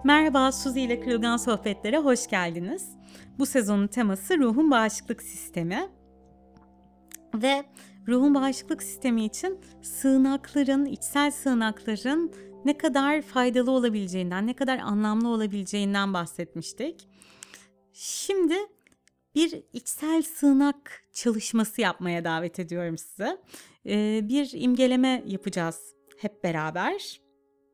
Merhaba, Suzi ile Kırılgan Sohbetlere hoş geldiniz. Bu sezonun teması ruhun bağışıklık sistemi ve ruhun bağışıklık sistemi için sığınakların, içsel sığınakların ne kadar faydalı olabileceğinden, ne kadar anlamlı olabileceğinden bahsetmiştik. Şimdi bir içsel sığınak çalışması yapmaya davet ediyorum sizi. Bir imgeleme yapacağız hep beraber.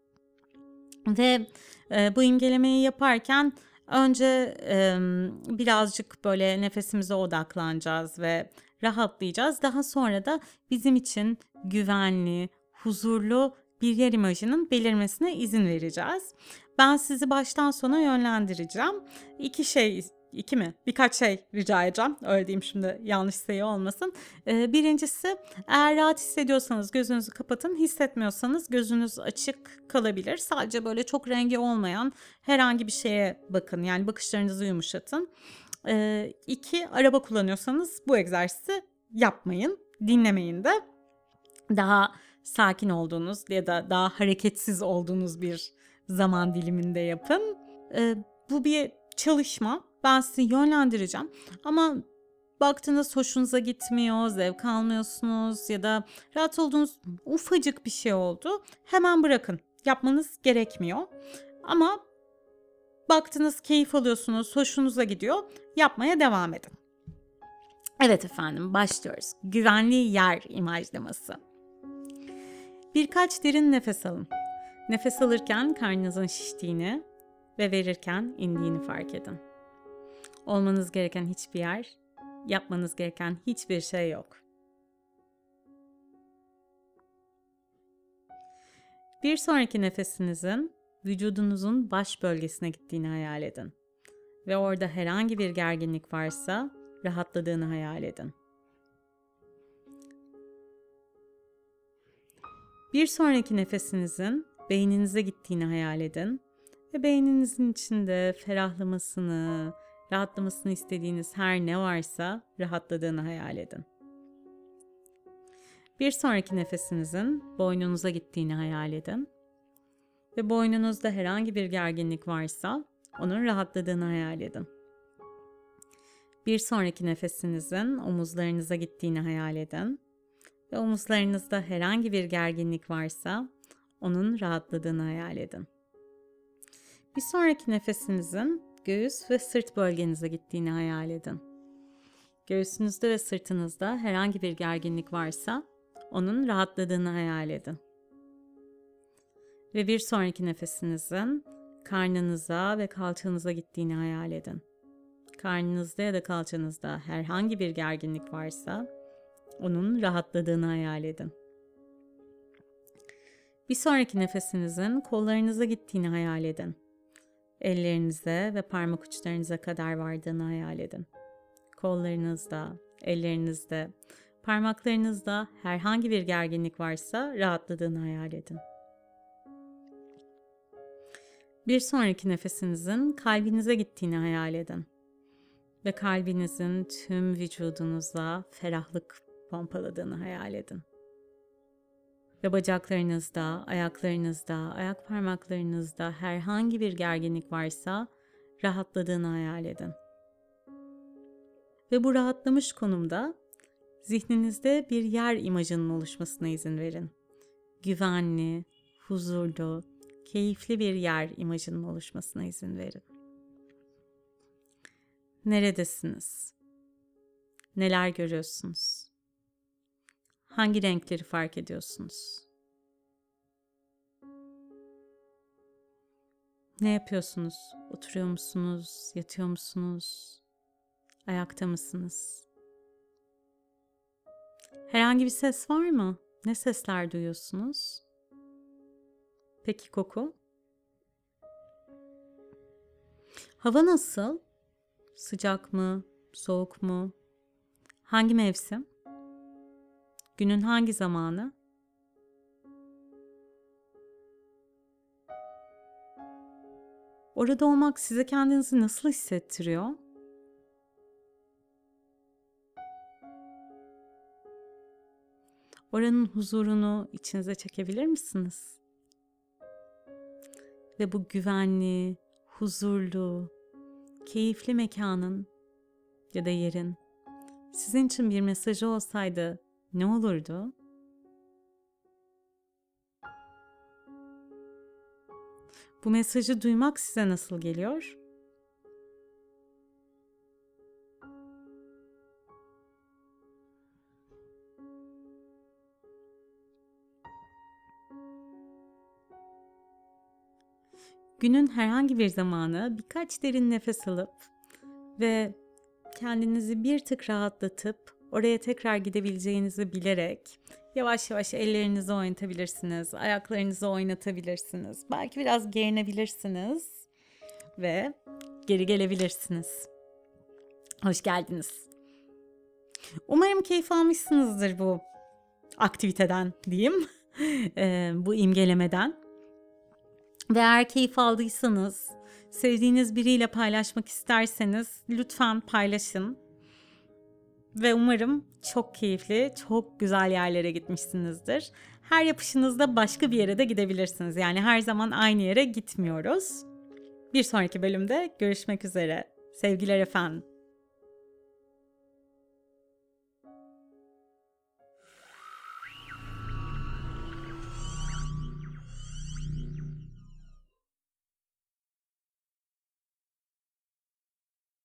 Ve bu imgelemeyi yaparken önce birazcık böyle nefesimize odaklanacağız ve rahatlayacağız. Daha sonra da bizim için güvenli, huzurlu bir yer imajının belirmesine izin vereceğiz. Ben sizi baştan sona yönlendireceğim. İki mi? Birkaç şey rica edeceğim. Öyle diyeyim, şimdi yanlış sayı olmasın. Birincisi, eğer rahat hissediyorsanız gözünüzü kapatın. Hissetmiyorsanız gözünüz açık kalabilir. Sadece böyle çok rengi olmayan herhangi bir şeye bakın. Yani bakışlarınızı yumuşatın. İki, araba kullanıyorsanız bu egzersizi yapmayın. Dinlemeyin de. Daha sakin olduğunuz ya da daha hareketsiz olduğunuz bir zaman diliminde yapın. Bu bir çalışma. Ben sizi yönlendireceğim. Ama baktığınız hoşunuza gitmiyor, zevk almıyorsunuz ya da rahat olduğunuz ufacık bir şey oldu. Hemen bırakın. Yapmanız gerekmiyor. Ama baktınız keyif alıyorsunuz, hoşunuza gidiyor. Yapmaya devam edin. Evet efendim, başlıyoruz. Güvenli yer imajlaması. Birkaç derin nefes alın. Nefes alırken karnınızın şiştiğini ve verirken indiğini fark edin. Olmanız gereken hiçbir yer, yapmanız gereken hiçbir şey yok. Bir sonraki nefesinizin vücudunuzun baş bölgesine gittiğini hayal edin. Ve orada herhangi bir gerginlik varsa rahatladığını hayal edin. Bir sonraki nefesinizin beyninize gittiğini hayal edin. Ve beyninizin içinde ferahlamasını, rahatlamasını istediğiniz her ne varsa rahatladığını hayal edin. Bir sonraki nefesinizin boynunuza gittiğini hayal edin. Ve boynunuzda herhangi bir gerginlik varsa onun rahatladığını hayal edin. Bir sonraki nefesinizin omuzlarınıza gittiğini hayal edin. Ve omuzlarınızda herhangi bir gerginlik varsa onun rahatladığını hayal edin. Bir sonraki nefesinizin göğüs ve sırt bölgenize gittiğini hayal edin. Göğsünüzde ve sırtınızda herhangi bir gerginlik varsa onun rahatladığını hayal edin. Ve bir sonraki nefesinizin karnınıza ve kalçanıza gittiğini hayal edin. Karnınızda ya da kalçanızda herhangi bir gerginlik varsa onun rahatladığını hayal edin. Bir sonraki nefesinizin kollarınıza gittiğini hayal edin. Ellerinize ve parmak uçlarınıza kadar vardığını hayal edin. Kollarınızda, ellerinizde, parmaklarınızda herhangi bir gerginlik varsa rahatladığını hayal edin. Bir sonraki nefesinizin kalbinize gittiğini hayal edin. Ve kalbinizin tüm vücudunuza ferahlık pompaladığını hayal edin. Ve bacaklarınızda, ayaklarınızda, ayak parmaklarınızda herhangi bir gerginlik varsa rahatladığını hayal edin. Ve bu rahatlamış konumda zihninizde bir yer imajının oluşmasına izin verin. Güvenli, huzurlu, keyifli bir yer imajının oluşmasına izin verin. Neredesiniz? Neler görüyorsunuz? Hangi renkleri fark ediyorsunuz? Ne yapıyorsunuz? Oturuyor musunuz? Yatıyor musunuz? Ayakta mısınız? Herhangi bir ses var mı? Ne sesler duyuyorsunuz? Peki koku? Hava nasıl? Sıcak mı? Soğuk mu? Hangi mevsim? Günün hangi zamanı? Orada olmak size kendinizi nasıl hissettiriyor? Oranın huzurunu içinize çekebilir misiniz? ve bu güvenli, huzurlu, keyifli mekanın ya da yerin sizin için bir mesajı olsaydı ne olurdu? Bu mesajı duymak size nasıl geliyor? Günün herhangi bir zamanı birkaç derin nefes alıp ve kendinizi bir tık rahatlatıp oraya tekrar gidebileceğinizi bilerek yavaş yavaş ellerinizi oynatabilirsiniz, ayaklarınızı oynatabilirsiniz, belki biraz gerinebilirsiniz ve geri gelebilirsiniz. Hoş geldiniz. Umarım keyif almışsınızdır bu aktiviteden diyeyim, bu imgelemeden. Ve eğer keyif aldıysanız, sevdiğiniz biriyle paylaşmak isterseniz lütfen paylaşın. Ve umarım çok keyifli, çok güzel yerlere gitmişsinizdir. Her yapışınızda başka bir yere de gidebilirsiniz. Yani her zaman aynı yere gitmiyoruz. Bir sonraki bölümde görüşmek üzere. Sevgiler efendim.